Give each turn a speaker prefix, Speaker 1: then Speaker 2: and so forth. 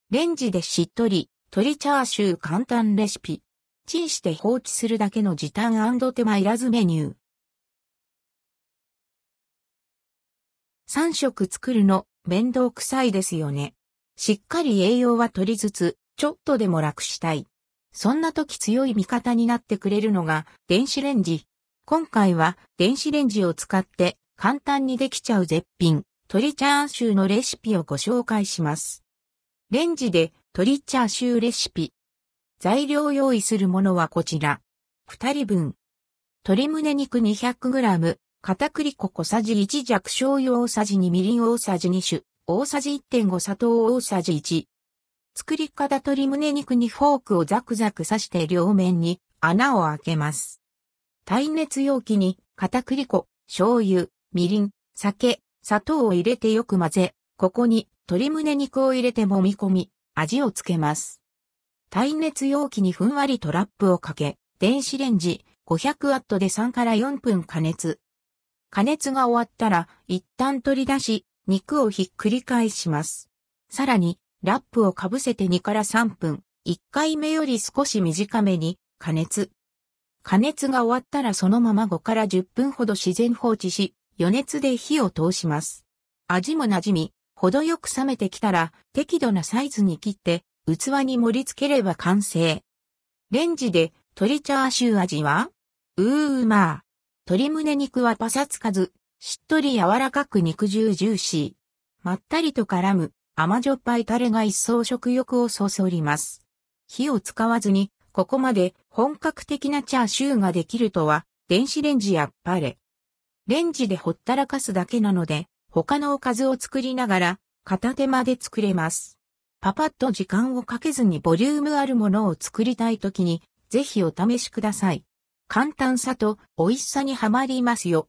Speaker 1: レンジでしっとり、鶏チャーシュー簡単レシピ。チンして放置するだけの時短&手間いらずメニュー。3食作るの面倒くさいですよね。しっかり栄養は取りつつ、ちょっとでも楽したい。そんな時強い味方になってくれるのが電子レンジ。今回は電子レンジを使って簡単にできちゃう絶品鶏チャーシューのレシピをご紹介します。レンジで鶏チャーシューレシピ。材料用意するものはこちら。2人分。鶏胸肉 200g、片栗粉小さじ1弱醤油大さじ2みりん大さじ2酒、大さじ 1.5 砂糖大さじ1。作り方鶏胸肉にフォークをザクザク刺して両面に穴を開けます。耐熱容器に片栗粉、醤油、みりん、酒、砂糖を入れてよく混ぜ、ここに鶏胸肉を入れて揉み込み、味をつけます。耐熱容器にふんわりとラップをかけ、電子レンジ 500W で3から4分加熱。加熱が終わったら一旦取り出し、肉をひっくり返します。さらにラップをかぶせて2から3分、1回目より少し短めに加熱。加熱が終わったらそのまま5から10分ほど自然放置し、余熱で火を通します。味も馴染み、程よく冷めてきたら適度なサイズに切って器に盛り付ければ完成。レンジで鶏チャーシュー味はま。鶏胸肉はパサつかず、しっとり柔らかく肉汁ジューシー。まったりと絡む甘じょっぱいタレが一層食欲をそそります。火を使わずにここまで本格的なチャーシューができるとは電子レンジやっぱれ。レンジでほったらかすだけなので他のおかずを作りながら片手間で作れます。パパッと時間をかけずにボリュームあるものを作りたいときにぜひお試しください。簡単さと美味しさにはまりますよ。